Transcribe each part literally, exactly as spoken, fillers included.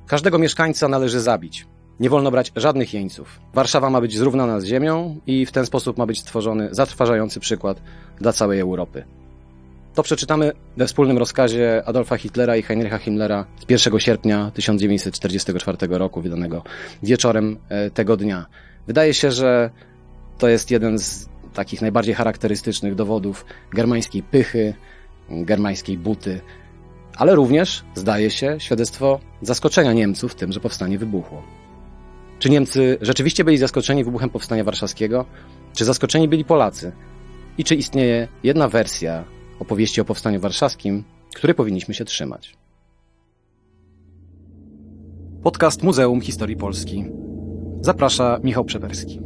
Każdego mieszkańca należy zabić. Nie wolno brać żadnych jeńców. Warszawa ma być zrównana z ziemią i w ten sposób ma być stworzony zatrważający przykład dla całej Europy. To przeczytamy we wspólnym rozkazie Adolfa Hitlera i Heinricha Himmlera z pierwszego sierpnia tysiąc dziewięćset czterdziestego czwartego roku, wydanego wieczorem tego dnia. Wydaje się, że to jest jeden z takich najbardziej charakterystycznych dowodów germańskiej pychy, germańskiej buty, ale również, zdaje się, świadectwo zaskoczenia Niemców tym, że powstanie wybuchło. Czy Niemcy rzeczywiście byli zaskoczeni wybuchem powstania warszawskiego? Czy zaskoczeni byli Polacy? I czy istnieje jedna wersja opowieści o powstaniu warszawskim, której powinniśmy się trzymać? Podcast Muzeum Historii Polski. Zaprasza Michał Przewerski.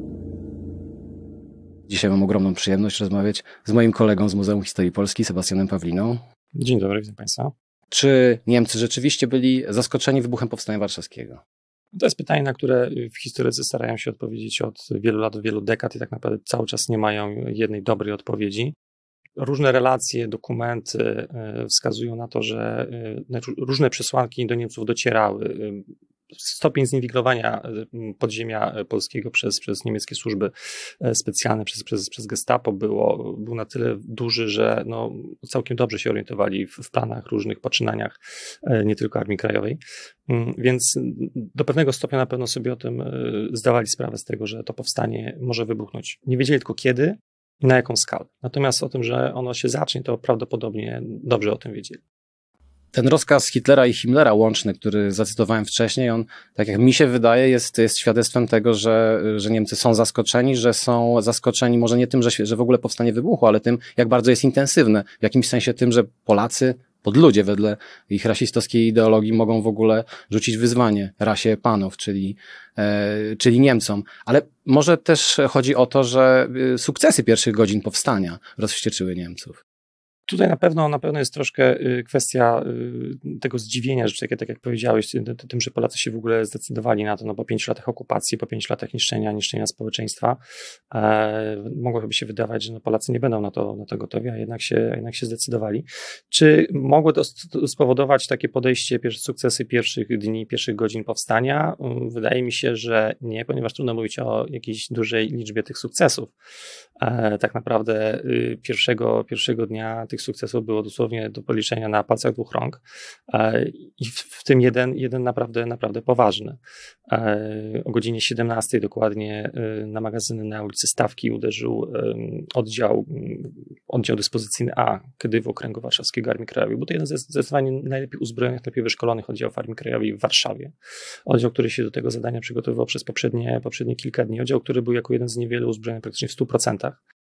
Dzisiaj mam ogromną przyjemność rozmawiać z moim kolegą z Muzeum Historii Polski, Sebastianem Pawliną. Dzień dobry, witam Państwa. Czy Niemcy rzeczywiście byli zaskoczeni wybuchem powstania warszawskiego? To jest pytanie, na które w historycy starają się odpowiedzieć od wielu lat, od wielu dekad i tak naprawdę cały czas nie mają jednej dobrej odpowiedzi. Różne relacje, dokumenty wskazują na to, że różne przesłanki do Niemców docierały. Stopień zinwigilowania podziemia polskiego przez, przez niemieckie służby specjalne, przez, przez, przez Gestapo było, był na tyle duży, że no, całkiem dobrze się orientowali w, w planach, różnych poczynaniach, nie tylko Armii Krajowej. Więc do pewnego stopnia na pewno sobie o tym zdawali sprawę z tego, że to powstanie może wybuchnąć. Nie wiedzieli tylko kiedy i na jaką skalę. Natomiast o tym, że ono się zacznie, to prawdopodobnie dobrze o tym wiedzieli. Ten rozkaz Hitlera i Himmlera łączny, który zacytowałem wcześniej, on, tak jak mi się wydaje, jest, jest świadectwem tego, że, że Niemcy są zaskoczeni, że są zaskoczeni może nie tym, że, że w ogóle powstanie wybuchło, ale tym, jak bardzo jest intensywne. W jakimś sensie tym, że Polacy, podludzie wedle ich rasistowskiej ideologii mogą w ogóle rzucić wyzwanie rasie panów, czyli, e, czyli Niemcom. Ale może też chodzi o to, że sukcesy pierwszych godzin powstania rozwścieczyły Niemców. Tutaj na pewno, na pewno jest troszkę kwestia tego zdziwienia, że tak jak powiedziałeś, tym, że Polacy się w ogóle zdecydowali na to, no po pięciu latach okupacji, po pięciu latach niszczenia, niszczenia społeczeństwa, e, mogłoby się wydawać, że no Polacy nie będą na to, na to gotowi, a jednak się, jednak się zdecydowali. Czy mogło to spowodować takie podejście, pierwsze sukcesy pierwszych dni, pierwszych godzin powstania? Wydaje mi się, że nie, ponieważ trudno mówić o jakiejś dużej liczbie tych sukcesów. E, tak naprawdę y, pierwszego, pierwszego dnia tych sukcesów było dosłownie do policzenia na palcach dwóch rąk e, i w, w tym jeden, jeden naprawdę, naprawdę poważny. E, o godzinie siedemnastej dokładnie e, na magazyny na ulicy Stawki uderzył e, oddział, oddział dyspozycyjny A K D W Okręgu Warszawskiego Armii Krajowej. Był to jeden ze zdecydowanie najlepiej uzbrojonych, najlepiej wyszkolonych oddziałów Armii Krajowej w Warszawie. Oddział, który się do tego zadania przygotowywał przez poprzednie, poprzednie kilka dni. Oddział, który był jako jeden z niewielu uzbrojony praktycznie w stu procentach.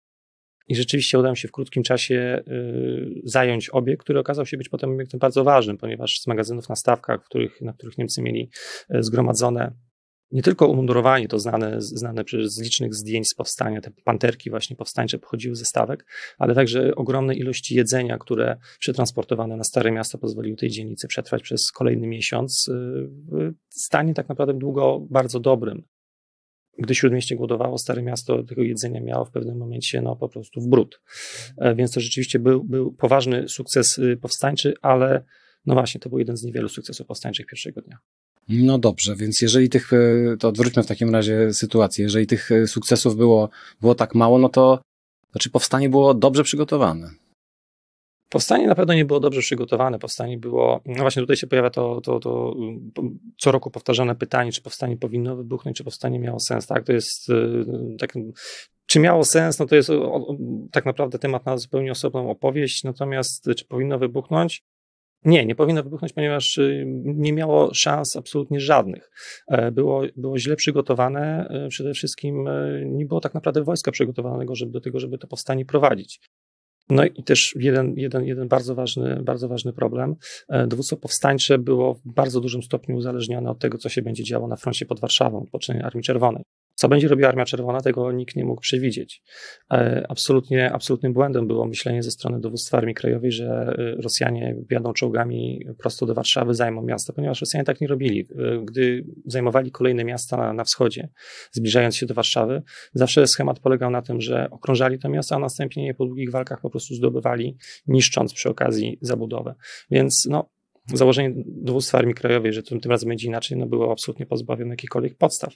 I rzeczywiście udało się w krótkim czasie y, zająć obiekt, który okazał się być potem obiektem bardzo ważnym, ponieważ z magazynów na stawkach, w których, na których Niemcy mieli y, zgromadzone nie tylko umundurowanie, to znane, znane z licznych zdjęć z powstania, te panterki właśnie powstańcze pochodziły ze stawek, ale także ogromne ilości jedzenia, które przetransportowane na Stare Miasto pozwoliły tej dzielnicy przetrwać przez kolejny miesiąc y, w stanie tak naprawdę długo bardzo dobrym. Gdy Śródmieście głodowało, Stare Miasto tego jedzenia miało w pewnym momencie no, po prostu w bród. Więc to rzeczywiście był, był poważny sukces powstańczy, ale no właśnie, to był jeden z niewielu sukcesów powstańczych pierwszego dnia. No dobrze, więc jeżeli tych, to odwróćmy w takim razie sytuację, jeżeli tych sukcesów było, było tak mało, no to znaczy powstanie było dobrze przygotowane. Powstanie na pewno nie było dobrze przygotowane. Powstanie było, no właśnie tutaj się pojawia to, to, to co roku powtarzane pytanie, czy powstanie powinno wybuchnąć, czy powstanie miało sens, tak? To jest tak, czy miało sens, no to jest o, o, tak naprawdę temat na zupełnie osobną opowieść, natomiast czy powinno wybuchnąć? Nie, nie powinno wybuchnąć, ponieważ nie miało szans absolutnie żadnych. Było, było źle przygotowane, przede wszystkim nie było tak naprawdę wojska przygotowanego żeby, do tego, żeby to powstanie prowadzić. No i też jeden, jeden, jeden bardzo ważny, bardzo ważny problem. Dowództwo powstańcze było w bardzo dużym stopniu uzależnione od tego, co się będzie działo na froncie pod Warszawą, po stronie Armii Czerwonej. Co będzie robiła Armia Czerwona, tego nikt nie mógł przewidzieć. Absolutnie, absolutnym błędem było myślenie ze strony dowództwa Armii Krajowej, że Rosjanie wjadą czołgami prosto do Warszawy, zajmą miasto, ponieważ Rosjanie tak nie robili. Gdy zajmowali kolejne miasta na, na wschodzie, zbliżając się do Warszawy, zawsze schemat polegał na tym, że okrążali to miasto, a następnie je po długich walkach po prostu zdobywali, niszcząc przy okazji zabudowę. Więc no, Założenie dowództwa Armii Krajowej, że tym, tym razem będzie inaczej, no było absolutnie pozbawione jakichkolwiek podstaw.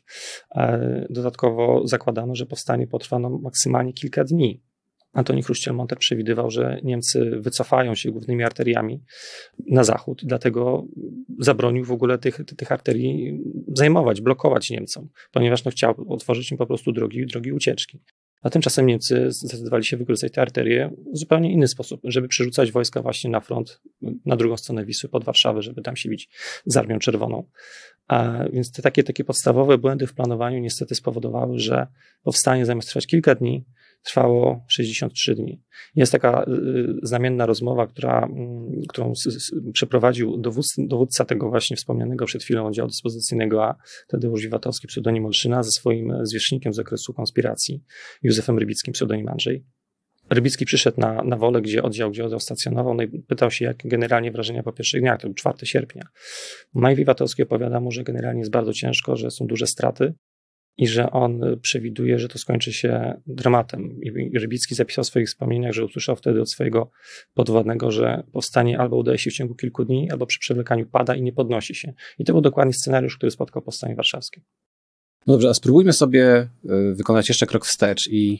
Dodatkowo zakładano, że powstanie potrwa no maksymalnie kilka dni. Antoni Chruściel-Montech przewidywał, że Niemcy wycofają się głównymi arteriami na zachód i dlatego zabronił w ogóle tych, tych arterii zajmować, blokować Niemcom, ponieważ no chciał otworzyć im po prostu drogi, drogi ucieczki. A tymczasem Niemcy zdecydowali się wykorzystać te arterie w zupełnie inny sposób, żeby przerzucać wojska właśnie na front, na drugą stronę Wisły pod Warszawę, żeby tam się bić z Armią Czerwoną. A więc te takie, takie podstawowe błędy w planowaniu niestety spowodowały, że powstanie zamiast trwać kilka dni, trwało sześćdziesiąt trzy dni. Jest taka y, znamienna rozmowa, która, y, którą s, s, przeprowadził dowódca, dowódca tego właśnie wspomnianego przed chwilą oddziału dyspozycyjnego A, Tadeusz Wiwatowski, pseudonim Olszyna, ze swoim zwierzchnikiem z okresu konspiracji, Józefem Rybickim, pseudonim Andrzej. Rybicki przyszedł na, na Wolę, gdzie oddział, gdzie oddział stacjonował, no i pytał się, jak generalnie wrażenia po pierwszych dniach, to był czwartego sierpnia. Maj Wiwatowski opowiada mu, że generalnie jest bardzo ciężko, że są duże straty, i że on przewiduje, że to skończy się dramatem. I Rybicki zapisał w swoich wspomnieniach, że usłyszał wtedy od swojego podwładnego, że powstanie albo udaje się w ciągu kilku dni, albo przy przewlekaniu pada i nie podnosi się. I to był dokładnie scenariusz, który spotkał powstanie warszawskie. No dobrze, a spróbujmy sobie wykonać jeszcze krok wstecz i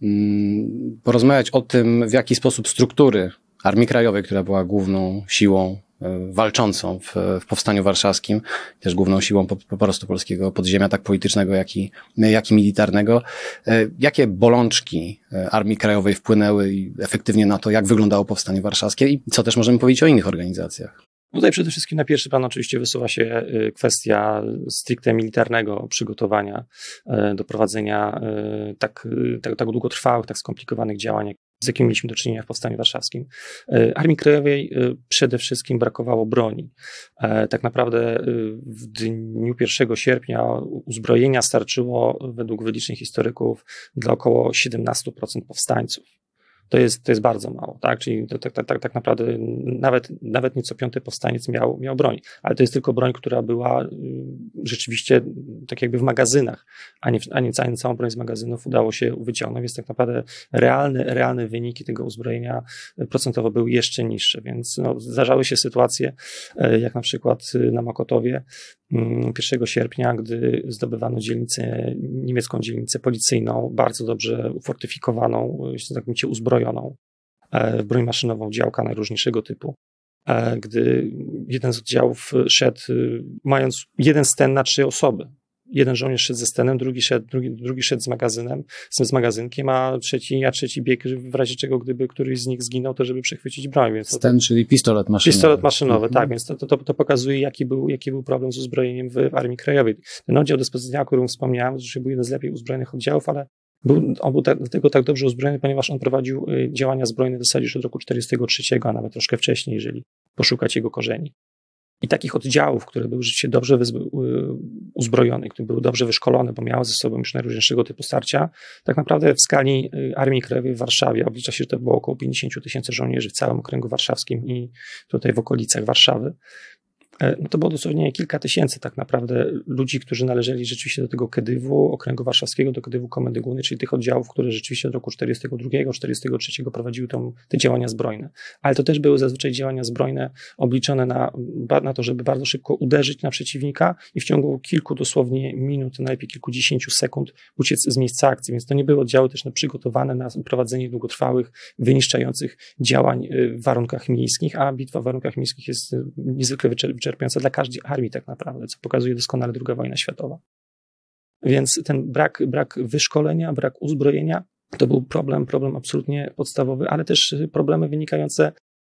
mm, porozmawiać o tym, w jaki sposób struktury Armii Krajowej, która była główną siłą walczącą w, w powstaniu warszawskim, też główną siłą po, po prostu polskiego podziemia, tak politycznego, jak i, jak i militarnego. Jakie bolączki Armii Krajowej wpłynęły efektywnie na to, jak wyglądało powstanie warszawskie i co też możemy powiedzieć o innych organizacjach? Tutaj przede wszystkim na pierwszy plan oczywiście wysuwa się kwestia stricte militarnego przygotowania do prowadzenia tak, tak, tak długotrwałych, tak skomplikowanych działań, z jakimi mieliśmy do czynienia w powstaniu warszawskim. Armii Krajowej przede wszystkim brakowało broni. Tak naprawdę w dniu pierwszego sierpnia uzbrojenia starczyło według wyliczeń historyków dla około siedemnaście procent powstańców. To jest, to jest bardzo mało, tak? Czyli to, tak, tak, tak naprawdę nawet, nawet nieco piąty powstaniec miał, miał broń, ale to jest tylko broń, która była y, rzeczywiście tak jakby w magazynach, a nie, a nie całą, całą broń z magazynów udało się wyciągnąć, więc tak naprawdę realne, realne wyniki tego uzbrojenia procentowo były jeszcze niższe, więc no, zdarzały się sytuacje, y, jak na przykład na Mokotowie pierwszego sierpnia, gdy zdobywano dzielnicę, niemiecką dzielnicę policyjną, bardzo dobrze ufortyfikowaną, znakomicie uzbrojoną w broń maszynową, działka najróżniejszego typu. Gdy jeden z oddziałów szedł, mając jeden sten na trzy osoby. Jeden żołnierz szedł ze stenem, drugi szedł, drugi, drugi szedł z magazynem, z magazynkiem, a trzeci, a trzeci bieg, w razie czego, gdyby któryś z nich zginął, to żeby przechwycić broń. Więc Sten, to, czyli pistolet maszynowy. Pistolet maszynowy, mhm. tak, więc to, to, to pokazuje, jaki był, jaki był problem z uzbrojeniem w, w Armii Krajowej. Ten oddział dyspozycyjnego, o którym wspomniałem, że był jeden z lepiej uzbrojonych oddziałów, ale był, on był tak, dlatego tak dobrze uzbrojony, ponieważ on prowadził działania zbrojne w zasadzie już od roku czterdziestego trzeciego, a nawet troszkę wcześniej, jeżeli poszukać jego korzeni. I takich oddziałów, które były rzeczywiście dobrze uzbrojone, które były dobrze wyszkolone, bo miały ze sobą już najróżniejszego typu starcia, tak naprawdę w skali Armii Krajowej w Warszawie oblicza się, że to było około pięćdziesiąt tysięcy żołnierzy w całym okręgu warszawskim i tutaj w okolicach Warszawy. No to było dosłownie kilka tysięcy tak naprawdę ludzi, którzy należeli rzeczywiście do tego Kedywu, okręgu warszawskiego, do Kedywu Komendy Głównej, czyli tych oddziałów, które rzeczywiście od roku czterdziestego drugiego czterdziestego trzeciego prowadziły tą, te działania zbrojne. Ale to też były zazwyczaj działania zbrojne obliczone na, na to, żeby bardzo szybko uderzyć na przeciwnika i w ciągu kilku dosłownie minut, najlepiej kilkudziesięciu sekund uciec z miejsca akcji, więc to nie były oddziały też przygotowane na prowadzenie długotrwałych, wyniszczających działań w warunkach miejskich, a bitwa w warunkach miejskich jest niezwykle wyczerpująca dla każdej armii tak naprawdę, co pokazuje doskonale druga wojna światowa. Więc ten brak, brak wyszkolenia, brak uzbrojenia to był problem, problem absolutnie podstawowy, ale też problemy wynikające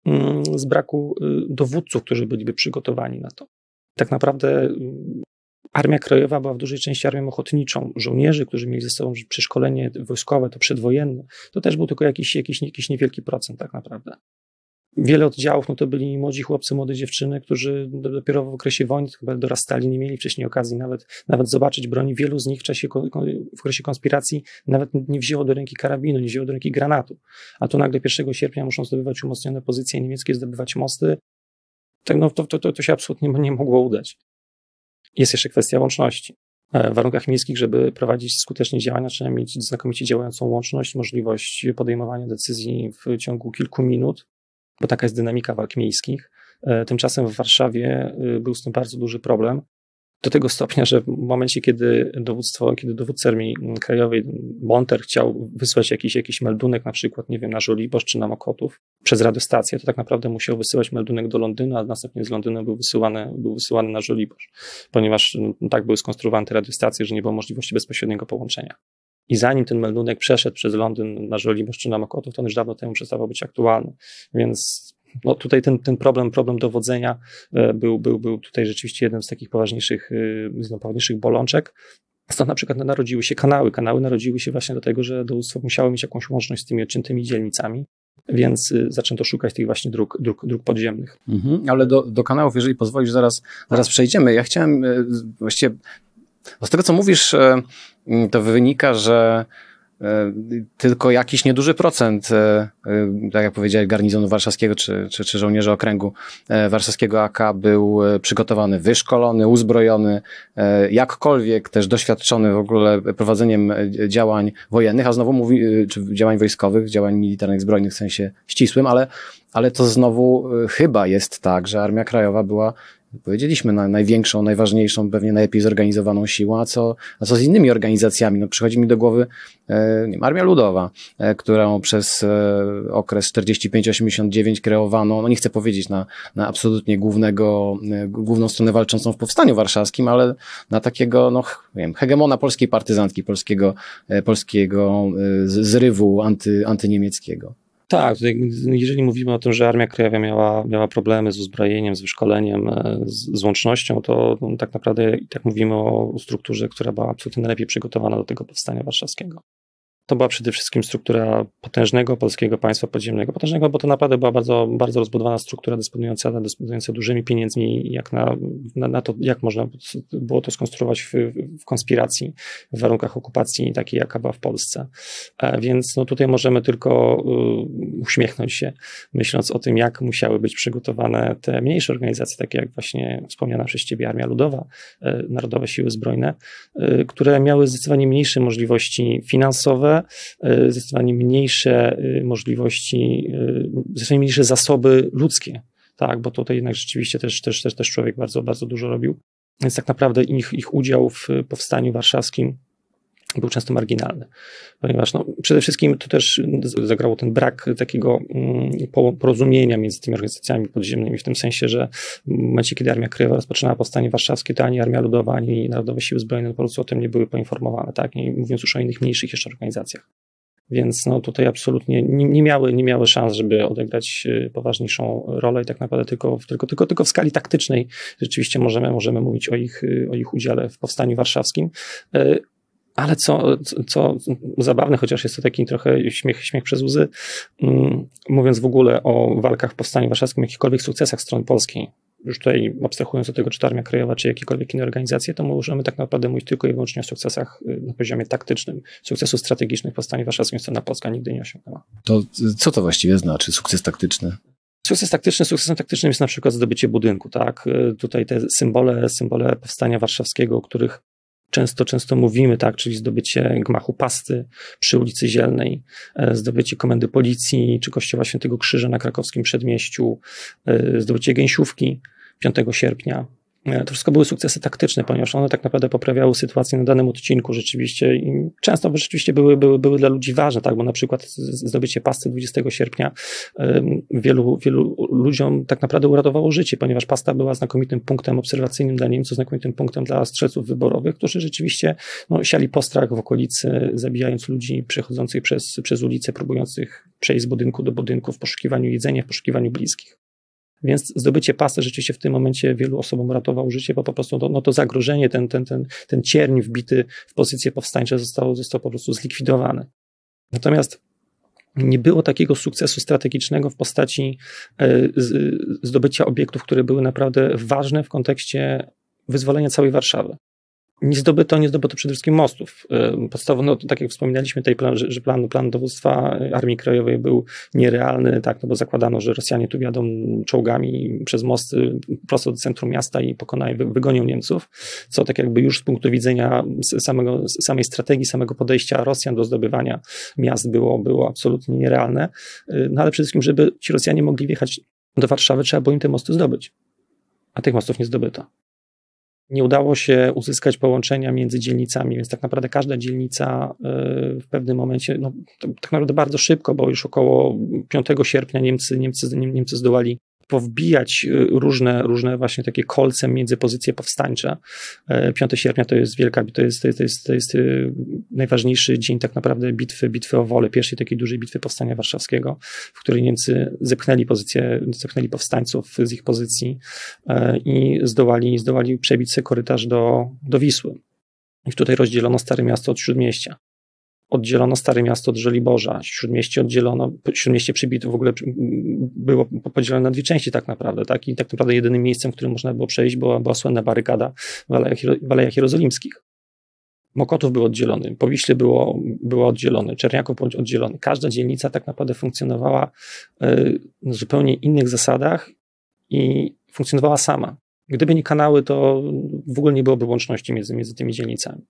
z braku dowódców, którzy byliby przygotowani na to. Tak naprawdę Armia Krajowa była w dużej części armią ochotniczą. Żołnierzy, którzy mieli ze sobą przeszkolenie wojskowe, to przedwojenne, to też był tylko jakiś, jakiś, jakiś niewielki procent tak naprawdę. Wiele oddziałów, no to byli młodzi chłopcy, młode dziewczyny, którzy dopiero w okresie wojny chyba dorastali, nie mieli wcześniej okazji nawet, nawet zobaczyć broni. Wielu z nich w czasie, w okresie konspiracji nawet nie wzięło do ręki karabinu, nie wzięło do ręki granatu. A tu nagle pierwszego sierpnia muszą zdobywać umocnione pozycje niemieckie, zdobywać mosty. Tak, no to, to, to się absolutnie nie mogło udać. Jest jeszcze kwestia łączności. W warunkach miejskich, żeby prowadzić skutecznie działania, trzeba mieć znakomicie działającą łączność, możliwość podejmowania decyzji w ciągu kilku minut, bo taka jest dynamika walk miejskich. Tymczasem w Warszawie był z tym bardzo duży problem. Do tego stopnia, że w momencie, kiedy dowództwo, kiedy dowódca Armii Krajowej Monter chciał wysłać jakiś, jakiś meldunek, na przykład, nie wiem, na Żoliborz czy na Mokotów przez radiostację, to tak naprawdę musiał wysyłać meldunek do Londynu, a następnie z Londynu był wysyłany, był wysyłany na Żoliborz, ponieważ no, tak były skonstruowane te radiostacje, że nie było możliwości bezpośredniego połączenia. I zanim ten meldunek przeszedł przez Londyn na Żoliborz czy na Mokotów, to on już dawno temu przestawał być aktualny. Więc no tutaj ten, ten problem, problem dowodzenia był, był, był tutaj rzeczywiście jednym z takich poważniejszych, z poważniejszych bolączek. Stąd na przykład narodziły się kanały. Kanały narodziły się właśnie do tego, że dowództwo musiało mieć jakąś łączność z tymi odciętymi dzielnicami, więc zaczęto szukać tych właśnie dróg, dróg, dróg podziemnych. Mhm, ale do, do kanałów, jeżeli pozwolisz, zaraz, zaraz przejdziemy. Ja chciałem właściwie, z tego co mówisz, to wynika, że tylko jakiś nieduży procent, tak jak powiedziałeś, garnizonu warszawskiego czy, czy, czy żołnierzy okręgu warszawskiego A K był przygotowany, wyszkolony, uzbrojony, jakkolwiek też doświadczony w ogóle prowadzeniem działań wojennych, a znowu mówi, czy działań wojskowych, działań militarnych, zbrojnych w sensie ścisłym, ale, ale to znowu chyba jest tak, że Armia Krajowa była, powiedzieliśmy, na największą, najważniejszą, pewnie najlepiej zorganizowaną siłą, a co, a co z innymi organizacjami? No, przychodzi mi do głowy e, nie wiem, Armia Ludowa, e, którą przez e, okres czterdziesty piąty do osiemdziesiątego dziewiątego kreowano, no nie chcę powiedzieć na, na absolutnie głównego, e, główną stronę walczącą w Powstaniu Warszawskim, ale na takiego, no nie wiem, hegemona polskiej partyzantki, polskiego, e, polskiego e, zrywu anty, antyniemieckiego. Tak, tutaj, jeżeli mówimy o tym, że Armia Krajowa miała, miała problemy z uzbrojeniem, z wyszkoleniem, z, z łącznością, to no, tak naprawdę i tak mówimy o strukturze, która była absolutnie najlepiej przygotowana do tego powstania warszawskiego. To była przede wszystkim struktura potężnego polskiego państwa podziemnego. Potężnego, bo to naprawdę była bardzo, bardzo rozbudowana struktura dysponująca, dysponująca dużymi pieniędzmi, jak na, na, na to, jak można było to skonstruować w, w konspiracji, w warunkach okupacji takiej, jaka była w Polsce. Więc no, tutaj możemy tylko uh, uśmiechnąć się, myśląc o tym, jak musiały być przygotowane te mniejsze organizacje, takie jak właśnie wspomniana przez Ciebie Armia Ludowa, Narodowe Siły Zbrojne, które miały zdecydowanie mniejsze możliwości finansowe, zdecydowanie mniejsze możliwości, zdecydowanie mniejsze zasoby ludzkie, tak, bo tutaj jednak rzeczywiście też, też, też, też człowiek bardzo, bardzo dużo robił. Więc tak naprawdę ich, ich udział w powstaniu warszawskim był często marginalny, ponieważ no, przede wszystkim to też zagrało ten brak takiego mm, porozumienia między tymi organizacjami podziemnymi, w tym sensie, że w momencie, kiedy Armia Krajowa rozpoczynała powstanie warszawskie, to ani Armia Ludowa, ani Narodowe Siły Zbrojne po prostu o tym nie były poinformowane, tak, nie mówiąc już o innych mniejszych jeszcze organizacjach. Więc no, tutaj absolutnie nie, nie, miały, nie miały szans, żeby odegrać poważniejszą rolę i tak naprawdę tylko, tylko, tylko, tylko w skali taktycznej rzeczywiście możemy, możemy mówić o ich, o ich udziale w powstaniu warszawskim. Ale co, co zabawne, chociaż jest to taki trochę śmiech, śmiech przez łzy, mówiąc w ogóle o walkach w Powstaniu Warszawskim, jakichkolwiek sukcesach strony polskiej, już tutaj abstrahując od tego, czy to Armia Krajowa, czy jakiekolwiek inne organizacje, to możemy tak naprawdę mówić tylko i wyłącznie o sukcesach na poziomie taktycznym. Sukcesów strategicznych w Powstaniu Warszawskim strona polska nigdy nie osiągnęła. To co to właściwie znaczy sukces taktyczny? Sukces taktyczny, sukcesem taktycznym jest na przykład zdobycie budynku, tak? Tutaj te symbole, symbole Powstania Warszawskiego, o których Często, często mówimy, tak, czyli zdobycie gmachu Pasty przy ulicy Zielnej, zdobycie komendy policji czy kościoła Świętego Krzyża na krakowskim przedmieściu, zdobycie Gęsiówki piątego sierpnia. To wszystko były sukcesy taktyczne, ponieważ one tak naprawdę poprawiały sytuację na danym odcinku rzeczywiście i często rzeczywiście były, były, były dla ludzi ważne, tak, bo na przykład zdobycie Pasty dwudziestego sierpnia wielu, wielu ludziom tak naprawdę uratowało życie, ponieważ Pasta była znakomitym punktem obserwacyjnym dla Niemców, znakomitym punktem dla strzelców wyborowych, którzy rzeczywiście no, siali postrach w okolicy, zabijając ludzi przechodzących przez, przez ulicę, próbujących przejść z budynku do budynku w poszukiwaniu jedzenia, w poszukiwaniu bliskich. Więc zdobycie Pasty rzeczywiście w tym momencie wielu osobom uratowało życie, bo po prostu to, no to zagrożenie, ten, ten, ten, ten cierń wbity w pozycje powstańcze zostało, zostało po prostu zlikwidowane. Natomiast nie było takiego sukcesu strategicznego w postaci zdobycia obiektów, które były naprawdę ważne w kontekście wyzwolenia całej Warszawy. Nie zdobyto, nie zdobyto przede wszystkim mostów. Podstawowo, no, tak jak wspominaliśmy, tutaj plan, że plan, plan dowództwa Armii Krajowej był nierealny, tak, no bo zakładano, że Rosjanie tu jadą czołgami przez mosty prosto do centrum miasta i pokonają, wygonią Niemców, co tak jakby już z punktu widzenia samego, samej strategii, samego podejścia Rosjan do zdobywania miast było, było absolutnie nierealne. No ale przede wszystkim, żeby ci Rosjanie mogli wjechać do Warszawy trzeba było im te mosty zdobyć, a tych mostów nie zdobyto. Nie udało się uzyskać połączenia między dzielnicami, więc tak naprawdę każda dzielnica w pewnym momencie, no, tak naprawdę bardzo szybko, bo już około piątego sierpnia Niemcy, Niemcy, Niemcy zdołali powbijać różne, różne właśnie takie kolce między pozycje powstańcze. piątego sierpnia to jest wielka, to jest, to jest, to jest, to jest najważniejszy dzień tak naprawdę bitwy, bitwy o Wolę, pierwszej takiej dużej bitwy powstania warszawskiego, w której Niemcy zepchnęli pozycję, zepchnęli powstańców z ich pozycji i zdołali, zdołali przebić sobie korytarz do, do Wisły. I tutaj rozdzielono Stare Miasto od Śródmieścia. Oddzielono Stare Miasto od Żoliborza, Śródmieście oddzielono, Śródmieście przybito w ogóle było podzielone na dwie części tak naprawdę, tak? I tak naprawdę jedynym miejscem, w którym można było przejść, była, była słynna barykada w Alejach, w Alejach Jerozolimskich. Mokotów był oddzielony, Powiśle było, było oddzielone, Czerniaków był oddzielony. Każda dzielnica tak naprawdę funkcjonowała na zupełnie innych zasadach i funkcjonowała sama. Gdyby nie kanały, to w ogóle nie byłoby łączności między, między tymi dzielnicami.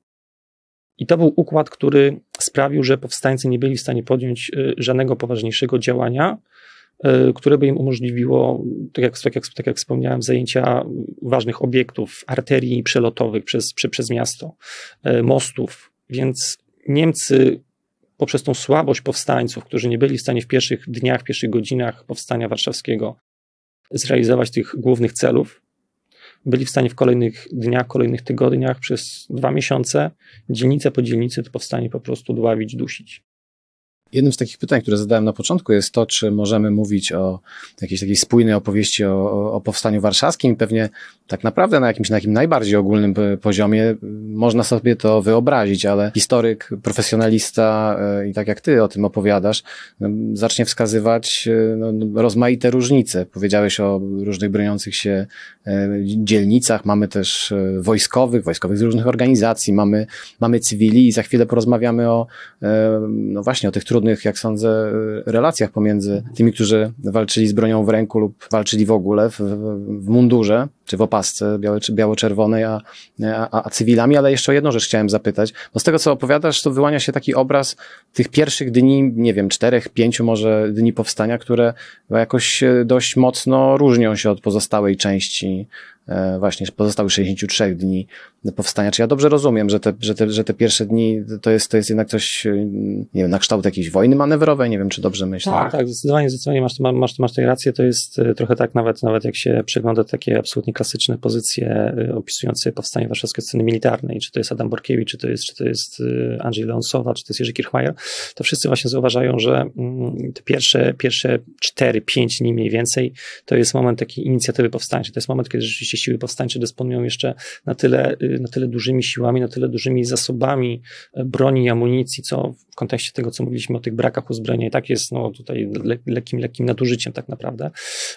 I to był układ, który sprawił, że powstańcy nie byli w stanie podjąć żadnego poważniejszego działania, które by im umożliwiło, tak jak, tak jak, tak jak wspomniałem, zajęcia ważnych obiektów, arterii przelotowych przez, przez, przez miasto, mostów. Więc Niemcy poprzez tą słabość powstańców, którzy nie byli w stanie w pierwszych dniach, w pierwszych godzinach powstania warszawskiego zrealizować tych głównych celów, byli w stanie w kolejnych dniach, kolejnych tygodniach przez dwa miesiące dzielnicę po dzielnicy to powstanie po prostu dławić, dusić. Jednym z takich pytań, które zadałem na początku, jest to, czy możemy mówić o jakiejś takiej spójnej opowieści o, o powstaniu warszawskim. Pewnie tak naprawdę na jakimś na jakim najbardziej ogólnym poziomie można sobie to wyobrazić, ale historyk, profesjonalista i tak jak ty o tym opowiadasz, zacznie wskazywać no, rozmaite różnice. Powiedziałeś o różnych broniących się dzielnicach, mamy też wojskowych, wojskowych z różnych organizacji, mamy, mamy cywili i za chwilę porozmawiamy o, no właśnie, o tych trudnych, jak sądzę, relacjach pomiędzy tymi, którzy walczyli z bronią w ręku lub walczyli w ogóle w, w mundurze, czy w opasce białe, czy biało-czerwonej, a, a, a cywilami, ale jeszcze o jedną rzecz chciałem zapytać, bo z tego, co opowiadasz, to wyłania się taki obraz tych pierwszych dni, nie wiem, czterech, pięciu może dni powstania, które jakoś dość mocno różnią się od pozostałej części, właśnie pozostałych sześćdziesięciu trzech dni powstania. Czy ja dobrze rozumiem, że te, że te, że te pierwsze dni to jest, to jest jednak coś, nie wiem, na kształt jakiejś wojny manewrowej? Nie wiem, czy dobrze myślę. Tak, tak, zdecydowanie, zdecydowanie masz, masz, masz tej rację. To jest trochę tak, nawet, nawet jak się przegląda takie absolutnie klasyczne pozycje opisujące powstanie warszawskiej sceny militarnej, czy to jest Adam Borkiewicz, czy to jest, czy to jest Andrzej Leonsowa, czy to jest Jerzy Kirchmeier, to wszyscy właśnie zauważają, że te pierwsze, pierwsze cztery, pięć dni mniej więcej to jest moment takiej inicjatywy powstańczej. To jest moment, kiedy rzeczywiście siły powstańcze dysponują jeszcze na tyle, na tyle dużymi siłami, na tyle dużymi zasobami broni i amunicji, co w kontekście tego, co mówiliśmy o tych brakach uzbrojenia, i tak jest no, tutaj le, lekkim, lekkim nadużyciem tak naprawdę.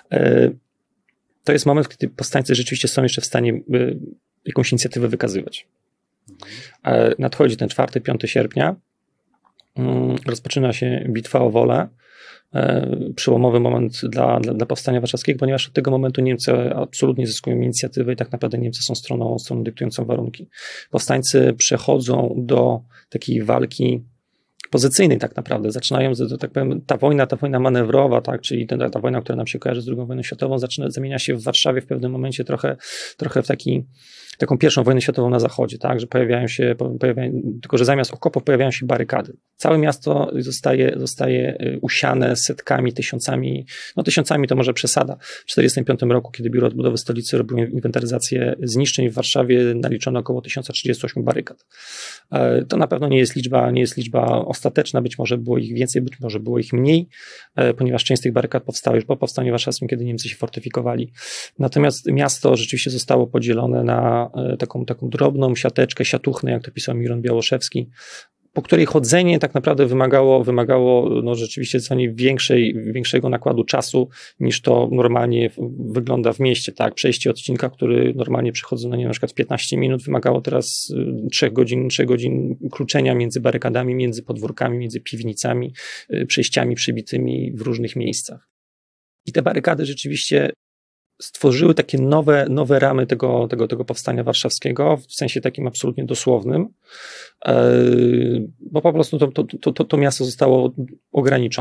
To jest moment, kiedy powstańcy rzeczywiście są jeszcze w stanie jakąś inicjatywę wykazywać. Nadchodzi ten czwarty, piąty sierpnia, rozpoczyna się bitwa o Wolę, przełomowy moment dla, dla, dla powstania warszawskiego, ponieważ od tego momentu Niemcy absolutnie zyskują inicjatywę i tak naprawdę Niemcy są stroną, stroną dyktującą warunki. Powstańcy przechodzą do takiej walki pozycyjnej tak naprawdę. Zaczynają, tak powiem, ta wojna, ta wojna manewrowa, tak, czyli ta, ta wojna, która nam się kojarzy z drugą wojną światową, zaczyna, zamienia się w Warszawie w pewnym momencie trochę, trochę w taki, taką pierwszą wojnę światową na zachodzie, tak, że pojawiają się, pojawiają, tylko że zamiast okopów pojawiają się barykady. Całe miasto zostaje, zostaje usiane setkami, tysiącami, no tysiącami to może przesada. W tysiąc dziewięćset czterdziestym piątym roku, kiedy Biuro Odbudowy Stolicy robiło inwentaryzację zniszczeń w Warszawie, naliczono około tysiąc trzydzieści osiem barykad. To na pewno nie jest liczba, nie jest liczba ostateczna, być może było ich więcej, być może było ich mniej, ponieważ część z tych barykad powstała już po powstaniu warszawskim, kiedy Niemcy się fortyfikowali. Natomiast miasto rzeczywiście zostało podzielone na taką, taką drobną siateczkę, siatuchnę, jak to pisał Miron Białoszewski, po której chodzenie tak naprawdę wymagało, wymagało no rzeczywiście zdecydowanie większej, większego nakładu czasu, niż to normalnie wygląda w mieście. Tak, przejście odcinka, który normalnie przechodzą na nie na przykład piętnaście minut, wymagało teraz trzech godzin, trzech godzin kluczenia między barykadami, między podwórkami, między piwnicami, przejściami przybitymi w różnych miejscach. I te barykady rzeczywiście stworzyły takie nowe, nowe ramy tego, tego, tego powstania warszawskiego, w sensie takim absolutnie dosłownym, bo po prostu to, to, to, to miasto zostało ograniczone.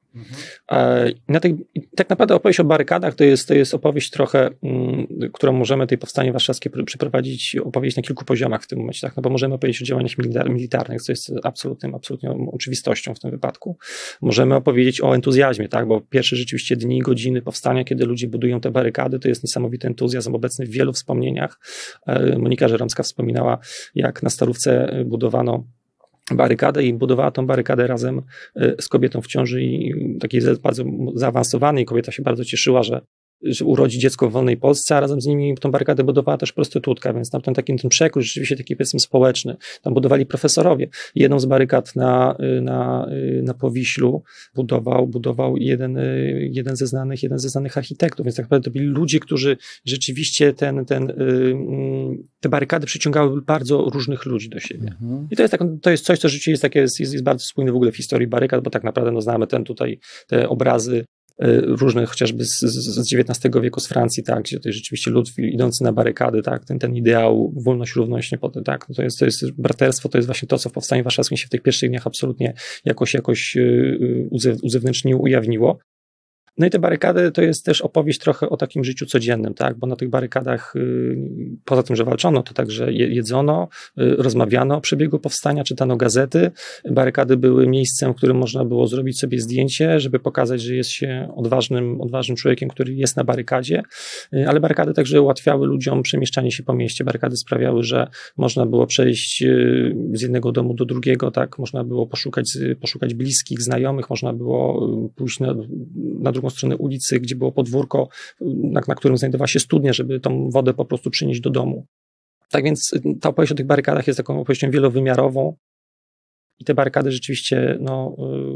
Mhm. Na tej, tak naprawdę opowieść o barykadach to jest, to jest opowieść trochę, m, którą możemy tej powstanie warszawskie przeprowadzić, opowieść na kilku poziomach w tym momencie, tak? No bo możemy opowiedzieć o działaniach militarnych, co jest absolutnym, absolutną oczywistością w tym wypadku. Możemy opowiedzieć o entuzjazmie, tak? Bo pierwsze rzeczywiście dni, godziny powstania, kiedy ludzie budują te barykady, to jest niesamowity entuzjazm obecny w wielu wspomnieniach. Monika Żeromska wspominała, jak na Starówce budowano barykadę i budowała tą barykadę razem z kobietą w ciąży i takiej bardzo zaawansowanej. Kobieta się bardzo cieszyła, że, że urodzi dziecko w wolnej Polsce, a razem z nimi tą barykadę budowała też prostytutka, więc tam ten taki ten przekrój rzeczywiście taki, powiedzmy, społeczny. Tam budowali profesorowie. Jedną z barykad na, na, na Powiślu budował, budował jeden, jeden ze znanych, jeden ze znanych architektów, więc tak naprawdę to byli ludzie, którzy rzeczywiście ten, ten, te barykady przyciągały bardzo różnych ludzi do siebie. Mhm. I to jest, tak, to jest coś, co rzeczywiście jest, takie, jest, jest bardzo spójne w ogóle w historii barykad, bo tak naprawdę no, znamy ten tutaj, te obrazy różnych, chociażby z, z, z dziewiętnastego wieku z Francji, tak, gdzie to jest rzeczywiście lud idący na barykady, tak, ten, ten ideał, wolność, równość, nie, tak, to jest, to jest braterstwo, to jest właśnie to, co w Powstaniu Warszawskim się w tych pierwszych dniach absolutnie jakoś, jakoś uzewnętrzniło, ujawniło. No i te barykady to jest też opowieść trochę o takim życiu codziennym, tak? Bo na tych barykadach poza tym, że walczono, to także jedzono, rozmawiano o przebiegu powstania, czytano gazety. Barykady były miejscem, w którym można było zrobić sobie zdjęcie, żeby pokazać, że jest się odważnym, odważnym człowiekiem, który jest na barykadzie, ale barykady także ułatwiały ludziom przemieszczanie się po mieście. Barykady sprawiały, że można było przejść z jednego domu do drugiego, tak? Można było poszukać, poszukać bliskich, znajomych, można było pójść na, na drugą stronę ulicy, gdzie było podwórko, na, na którym znajdowała się studnia, żeby tą wodę po prostu przynieść do domu. Tak więc ta opowieść o tych barykadach jest taką opowieścią wielowymiarową i te barykady rzeczywiście no,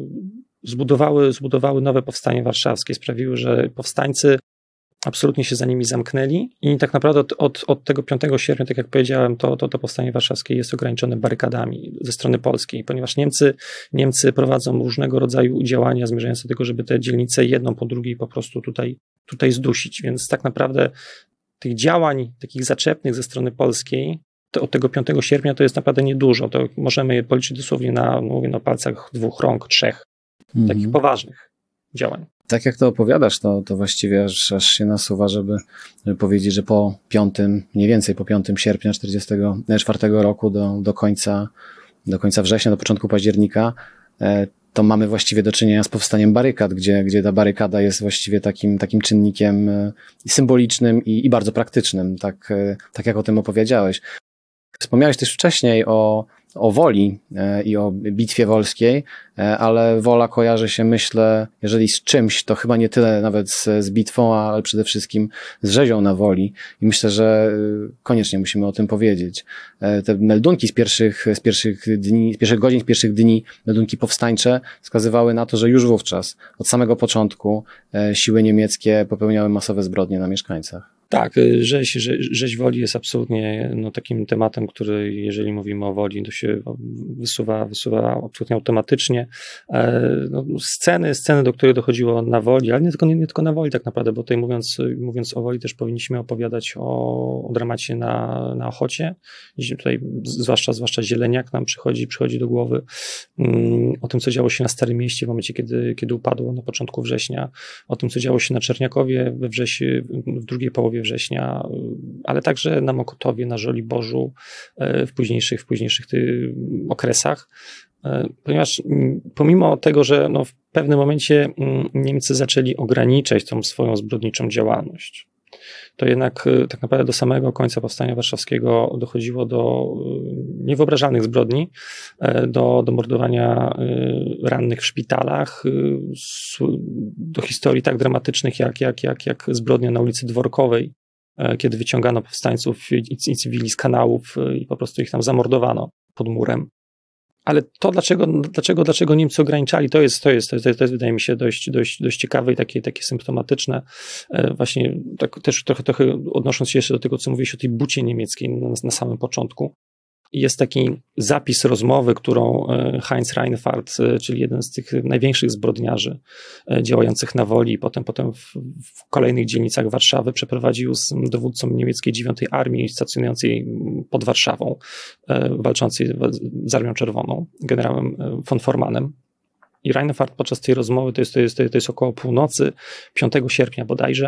zbudowały, zbudowały nowe powstanie warszawskie, sprawiły, że powstańcy absolutnie się za nimi zamknęli i tak naprawdę od, od, od tego piątego sierpnia, tak jak powiedziałem, to, to, to powstanie warszawskie jest ograniczone barykadami ze strony polskiej, ponieważ Niemcy, Niemcy prowadzą różnego rodzaju działania zmierzające do tego, żeby te dzielnice jedną po drugiej po prostu tutaj, tutaj zdusić, więc tak naprawdę tych działań takich zaczepnych ze strony polskiej to od tego piątego sierpnia to jest naprawdę niedużo, to możemy je policzyć dosłownie na, mówię, na palcach dwóch rąk, trzech, mhm. takich poważnych działań. Tak jak to opowiadasz, to, to właściwie aż, aż się nasuwa, żeby, żeby powiedzieć, że po piątym, mniej więcej po piątym sierpnia czterdziestego czwartego roku do, do końca, do końca września, do początku października, to mamy właściwie do czynienia z powstaniem barykad, gdzie, gdzie ta barykada jest właściwie takim, takim czynnikiem symbolicznym i, i bardzo praktycznym, tak, tak jak o tym opowiedziałeś. Wspomniałeś też wcześniej o, o Woli i o Bitwie Wolskiej, ale Wola kojarzy się, myślę, jeżeli z czymś, to chyba nie tyle nawet z, z bitwą, ale przede wszystkim z rzezią na Woli i myślę, że koniecznie musimy o tym powiedzieć. Te meldunki z pierwszych, z pierwszych dni, z pierwszych godzin, z pierwszych dni, meldunki powstańcze wskazywały na to, że już wówczas, od samego początku, siły niemieckie popełniały masowe zbrodnie na mieszkańcach. Tak, rzeź, rzeź, rzeź Woli jest absolutnie no, takim tematem, który, jeżeli mówimy o Woli, to się wysuwa, wysuwa absolutnie automatycznie. E, no, sceny, sceny, do których dochodziło na Woli, ale nie tylko, nie, nie tylko na Woli tak naprawdę, bo tutaj mówiąc, mówiąc o Woli też powinniśmy opowiadać o, o dramacie na, na Ochocie. Tutaj zwłaszcza, zwłaszcza Zieleniak nam przychodzi, przychodzi do głowy um, o tym, co działo się na Starym Mieście w momencie, kiedy, kiedy upadło na początku września, o tym, co działo się na Czerniakowie we wrześniu, w drugiej połowie września, ale także na Mokotowie, na Żoliborzu w późniejszych, w późniejszych tych okresach, ponieważ pomimo tego, że no w pewnym momencie Niemcy zaczęli ograniczać tą swoją zbrodniczą działalność, to jednak tak naprawdę do samego końca Powstania Warszawskiego dochodziło do niewyobrażalnych zbrodni, do, do mordowania rannych w szpitalach, do historii tak dramatycznych jak, jak, jak, jak zbrodnia na ulicy Dworkowej, kiedy wyciągano powstańców i, i cywili z kanałów i po prostu ich tam zamordowano pod murem. Ale to, dlaczego, dlaczego, dlaczego Niemcy ograniczali, to jest, to jest, to jest, to jest wydaje mi się, dość, dość, dość ciekawe i takie, takie symptomatyczne. Właśnie tak, też trochę, trochę odnosząc się jeszcze do tego, co mówiłeś o tej bucie niemieckiej na, na samym początku. Jest taki zapis rozmowy, którą Heinz Reinhardt, czyli jeden z tych największych zbrodniarzy działających na Woli, potem, potem w, w kolejnych dzielnicach Warszawy przeprowadził z dowódcą niemieckiej dziewiątej Armii stacjonującej pod Warszawą, walczącej z Armią Czerwoną, generałem von Formanem. I Reinhardt podczas tej rozmowy, to jest, to jest, to jest około północy, piątego sierpnia bodajże,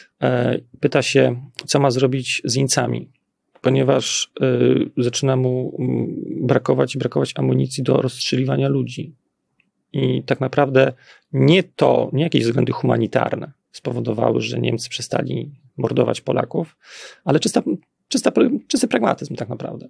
pyta się, co ma zrobić z jeńcami, ponieważ zaczyna mu brakować, brakować amunicji do rozstrzeliwania ludzi. I tak naprawdę nie to, nie jakieś względy humanitarne spowodowały, że Niemcy przestali mordować Polaków, ale czysta, czysta, czysty pragmatyzm tak naprawdę.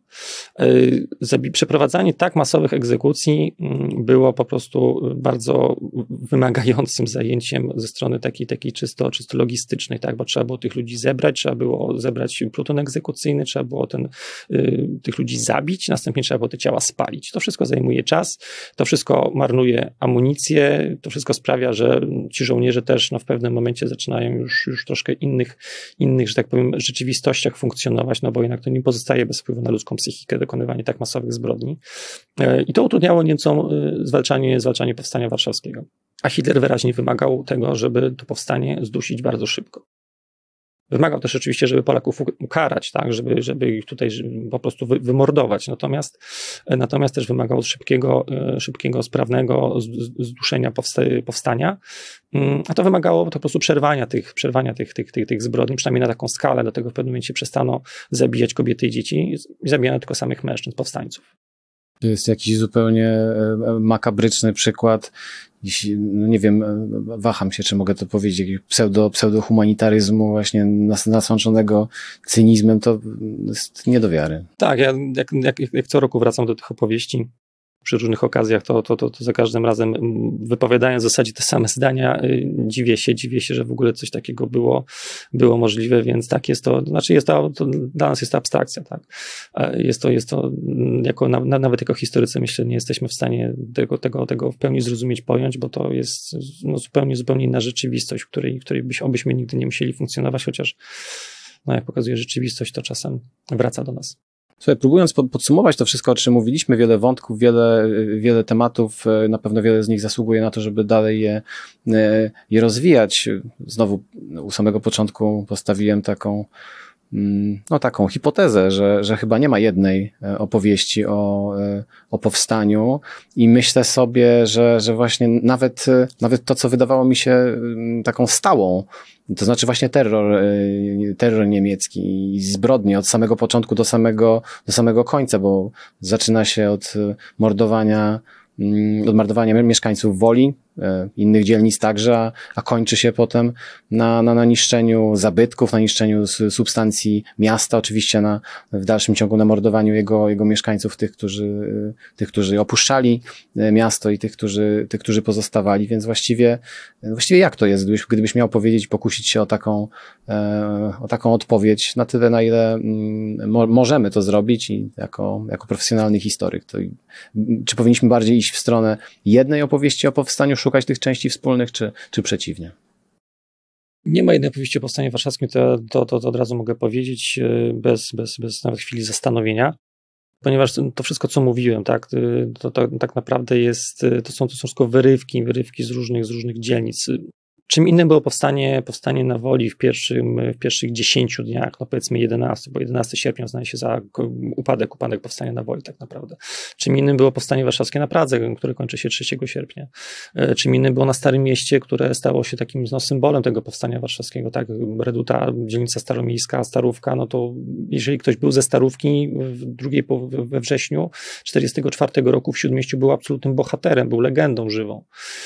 Przeprowadzanie tak masowych egzekucji było po prostu bardzo wymagającym zajęciem ze strony takiej, takiej czysto, czysto logistycznej, tak? Bo trzeba było tych ludzi zebrać, trzeba było zebrać pluton egzekucyjny, trzeba było ten, tych ludzi zabić, następnie trzeba było te ciała spalić. To wszystko zajmuje czas, to wszystko marnuje amunicję, to wszystko sprawia, że ci żołnierze też no, w pewnym momencie zaczynają już, już troszkę innych, innych, że tak powiem, rzeczywistościach funkcjonować, no bo jednak to nie pozostaje bez wpływu na ludzką psychikę dokonywanie tak masowych zbrodni. I to utrudniało Niemcom zwalczanie, zwalczanie powstania warszawskiego. A Hitler wyraźnie wymagał tego, żeby to powstanie zdusić bardzo szybko. Wymagał też oczywiście, żeby Polaków ukarać, tak, żeby, żeby ich tutaj po prostu wymordować. Natomiast, natomiast też wymagał szybkiego, szybkiego sprawnego zduszenia powstania. A to wymagało po prostu przerwania tych, przerwania tych, tych, tych, tych zbrodni, przynajmniej na taką skalę. Dlatego w pewnym momencie przestano zabijać kobiety i dzieci i zabijano tylko samych mężczyzn, powstańców. To jest jakiś zupełnie makabryczny przykład. Nie wiem, waham się, czy mogę to powiedzieć, jakiś pseudo, pseudohumanitaryzmu właśnie nasączonego cynizmem, to jest nie do wiary. Tak, ja jak, jak, jak co roku wracam do tych opowieści przy różnych okazjach, to, to, to, to za każdym razem wypowiadając w zasadzie te same zdania, dziwię się, dziwię się, że w ogóle coś takiego było, było możliwe, więc tak jest to, znaczy jest to, to dla nas jest to abstrakcja, tak. Jest to, jest to jako, na, nawet jako historycy myślę, nie jesteśmy w stanie tego, tego, tego w pełni zrozumieć, pojąć, bo to jest no, zupełnie, zupełnie inna rzeczywistość, w której, w której byś, obyśmy nigdy nie musieli funkcjonować, chociaż no, jak pokazuje rzeczywistość, to czasem wraca do nas. Słuchaj, próbując podsumować to wszystko, o czym mówiliśmy, wiele wątków, wiele, wiele tematów, na pewno wiele z nich zasługuje na to, żeby dalej je, je rozwijać. Znowu u samego początku postawiłem taką, no taką hipotezę, że, że chyba nie ma jednej opowieści o, o powstaniu i myślę sobie, że, że właśnie nawet, nawet to, co wydawało mi się taką stałą, to znaczy właśnie terror, terror niemiecki i zbrodnie od samego początku do samego, do samego końca, bo zaczyna się od mordowania, od mordowania mieszkańców Woli, innych dzielnic także, a, a kończy się potem na, na, na niszczeniu zabytków, na niszczeniu substancji miasta, oczywiście na, w dalszym ciągu na mordowaniu jego, jego mieszkańców, tych, którzy, tych, którzy opuszczali miasto i tych, którzy, tych, którzy pozostawali, więc właściwie, właściwie jak to jest, gdybyś, gdybyś miał powiedzieć, pokusić się o taką, o taką odpowiedź, na tyle, na ile mo, możemy to zrobić i jako, jako profesjonalny historyk, to czy powinniśmy bardziej iść w stronę jednej opowieści o powstaniu, szukać tych części wspólnych, czy, czy przeciwnie? Nie ma jednej opowieści o powstaniu warszawskim, to, to, to, to od razu mogę powiedzieć bez, bez, bez nawet chwili zastanowienia, ponieważ to wszystko, co mówiłem, tak, to, to tak naprawdę jest, to są, to są wszystko wyrywki, wyrywki z różnych, z różnych dzielnic. Czym innym było powstanie, powstanie na Woli w, pierwszym, w pierwszych dziesięciu dniach, no powiedzmy jedenastego, bo jedenastego sierpnia uznaje się za upadek, upadek powstania na Woli tak naprawdę. Czym innym było powstanie warszawskie na Pradze, które kończy się trzeciego sierpnia. Czym innym było na Starym Mieście, które stało się takim no, symbolem tego powstania warszawskiego, tak, Reduta, dzielnica staromiejska, Starówka, no to jeżeli ktoś był ze Starówki w drugiej we wrześniu czterdziestego czwartego roku w Śródmieściu, był absolutnym bohaterem, był legendą żywą.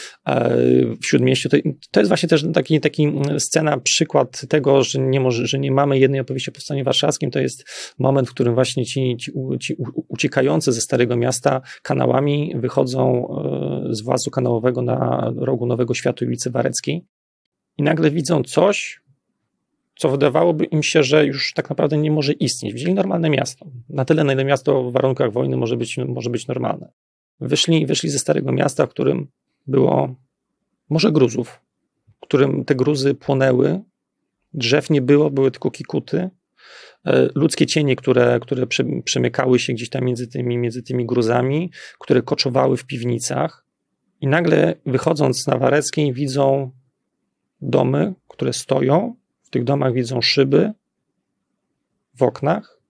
W Śródmieściu to, to jest właśnie też taki, taki scena, przykład tego, że nie, może, że nie mamy jednej opowieści o powstaniu warszawskim. To jest moment, w którym właśnie ci, ci, ci uciekający ze Starego Miasta kanałami wychodzą z włazu kanałowego na rogu Nowego Światu i ulicy Wareckiej i nagle widzą coś, co wydawałoby im się, że już tak naprawdę nie może istnieć. Widzieli normalne miasto. Na tyle, na ile miasto w warunkach wojny może być, może być normalne. Wyszli, wyszli ze Starego Miasta, w którym było morze gruzów, w którym te gruzy płonęły, drzew nie było, były tylko kikuty, ludzkie cienie, które, które przemykały się gdzieś tam między tymi, między tymi gruzami, które koczowały w piwnicach i nagle wychodząc na Wareckiej widzą domy, które stoją, w tych domach widzą szyby w oknach,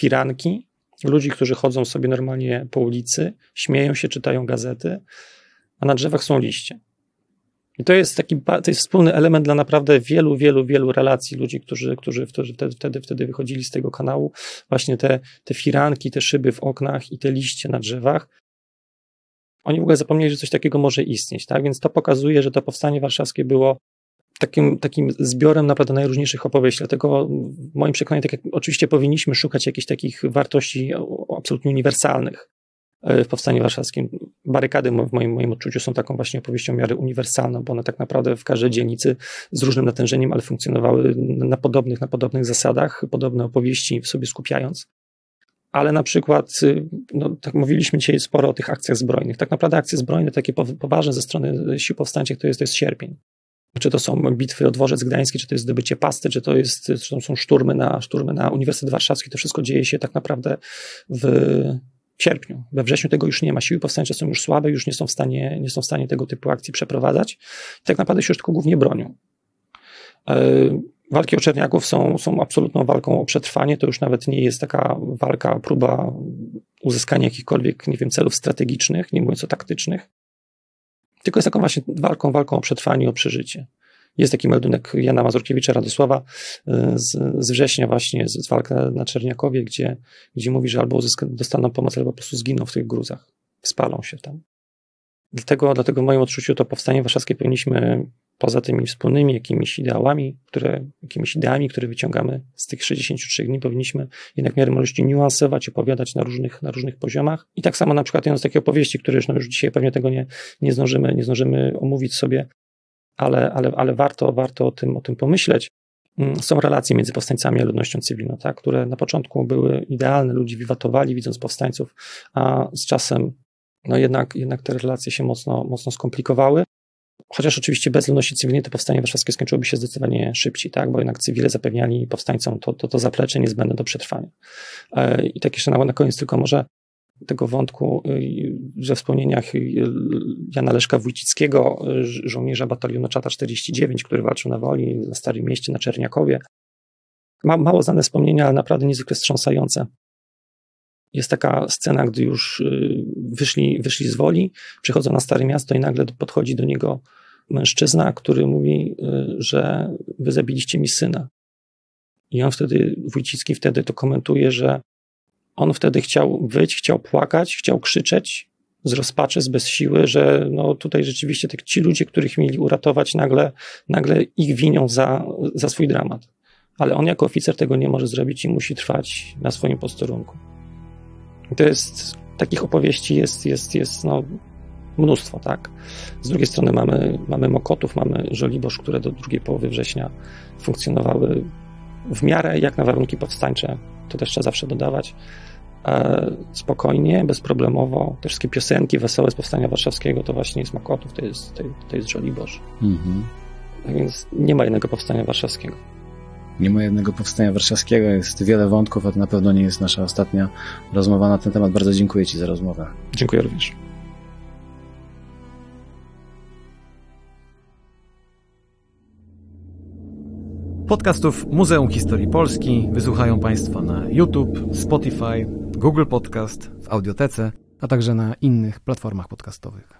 firanki, ludzi, którzy chodzą sobie normalnie po ulicy, śmieją się, czytają gazety a na drzewach są liście. I to jest taki to jest wspólny element dla naprawdę wielu, wielu, wielu relacji ludzi, którzy, którzy wtedy, wtedy, wtedy wychodzili z tego kanału. Właśnie te, te firanki, te szyby w oknach i te liście na drzewach. Oni w ogóle zapomnieli, że coś takiego może istnieć, tak? Więc to pokazuje, że to powstanie warszawskie było takim, takim zbiorem naprawdę najróżniejszych opowieści. Dlatego w moim przekonaniu, tak jak oczywiście powinniśmy szukać jakichś takich wartości absolutnie uniwersalnych w powstaniu warszawskim. Barykady w moim, moim odczuciu są taką właśnie opowieścią w miarę uniwersalną, bo one tak naprawdę w każdej dzielnicy z różnym natężeniem, ale funkcjonowały na podobnych, na podobnych zasadach, podobne opowieści w sobie skupiając. Ale na przykład, no, tak mówiliśmy dzisiaj sporo o tych akcjach zbrojnych. Tak naprawdę akcje zbrojne, takie poważne ze strony sił powstańczych, to jest, to jest sierpień. Czy to są bitwy o Dworzec Gdański, czy to jest zdobycie Pasty, czy to, jest, czy to są szturmy na, szturmy na Uniwersytet Warszawski. To wszystko dzieje się tak naprawdę w w sierpniu. We wrześniu tego już nie ma. Siły powstańcze są już słabe, już nie są w stanie, nie są w stanie tego typu akcji przeprowadzać. I tak naprawdę się już tylko głównie bronią. Yy, walki o Czerniaków są, są absolutną walką o przetrwanie. To już nawet nie jest taka walka, próba uzyskania jakichkolwiek, nie wiem, celów strategicznych, nie mówiąc o taktycznych. Tylko jest taką właśnie walką, walką o przetrwanie, o przeżycie. Jest taki meldunek Jana Mazurkiewicza Radosława z, z września właśnie, z, z walk na, na Czerniakowie, gdzie, gdzie mówi, że albo uzyska, dostaną pomoc, albo po prostu zginą w tych gruzach. Spalą się tam. Dlatego, dlatego w moim odczuciu to powstanie warszawskie powinniśmy poza tymi wspólnymi jakimiś ideałami, które, jakimiś ideami, które wyciągamy z tych sześćdziesięciu trzech dni, powinniśmy jednak w miarę możliwości niuansować, opowiadać na różnych, na różnych poziomach. I tak samo na przykład jedną z takich opowieści, które już, no już dzisiaj pewnie tego nie, nie, zdążymy, nie zdążymy omówić sobie, ale, ale, ale warto, warto o tym, o tym pomyśleć. Są relacje między powstańcami a ludnością cywilną, tak, które na początku były idealne, ludzie wiwatowali widząc powstańców, a z czasem no jednak, jednak te relacje się mocno, mocno skomplikowały. Chociaż oczywiście bez ludności cywilnej to powstanie warszawskie skończyłoby się zdecydowanie szybciej, tak, bo jednak cywile zapewniali powstańcom to, to, to zaplecze niezbędne do przetrwania. I tak jeszcze na, na koniec tylko może tego wątku we wspomnieniach Jana Leszka Wójcickiego, żołnierza batalionu Czata czterdzieści dziewięć, który walczył na Woli, na Starym Mieście, na Czerniakowie. Ma mało znane wspomnienia, ale naprawdę niezwykle wstrząsające. Jest taka scena, gdy już wyszli, wyszli z Woli, przychodzą na Stare Miasto i nagle podchodzi do niego mężczyzna, który mówi, że wy zabiliście mi syna. I on wtedy, Wójcicki wtedy to komentuje, że on wtedy chciał wyć, chciał płakać, chciał krzyczeć z rozpaczy, z bez siły, że no tutaj rzeczywiście te, ci ludzie, których mieli uratować, nagle, nagle ich winią za, za swój dramat. Ale on jako oficer tego nie może zrobić i musi trwać na swoim posterunku. I to jest, takich opowieści jest, jest, jest no, mnóstwo, tak. Z drugiej strony mamy, mamy Mokotów, mamy Żoliborz, które do drugiej połowy września funkcjonowały w miarę jak na warunki powstańcze. To też trzeba zawsze dodawać. E, spokojnie, bezproblemowo. Te wszystkie piosenki wesołe z powstania warszawskiego to właśnie jest Mokotów, to jest, to, to jest Żoliborz. Mhm. Tak więc nie ma jednego powstania warszawskiego. Nie ma jednego powstania warszawskiego, jest wiele wątków, a to na pewno nie jest nasza ostatnia rozmowa na ten temat. Bardzo dziękuję Ci za rozmowę. Dziękuję również. Podcastów Muzeum Historii Polski wysłuchają Państwo na YouTube, Spotify, Google Podcast, w Audiotece, a także na innych platformach podcastowych.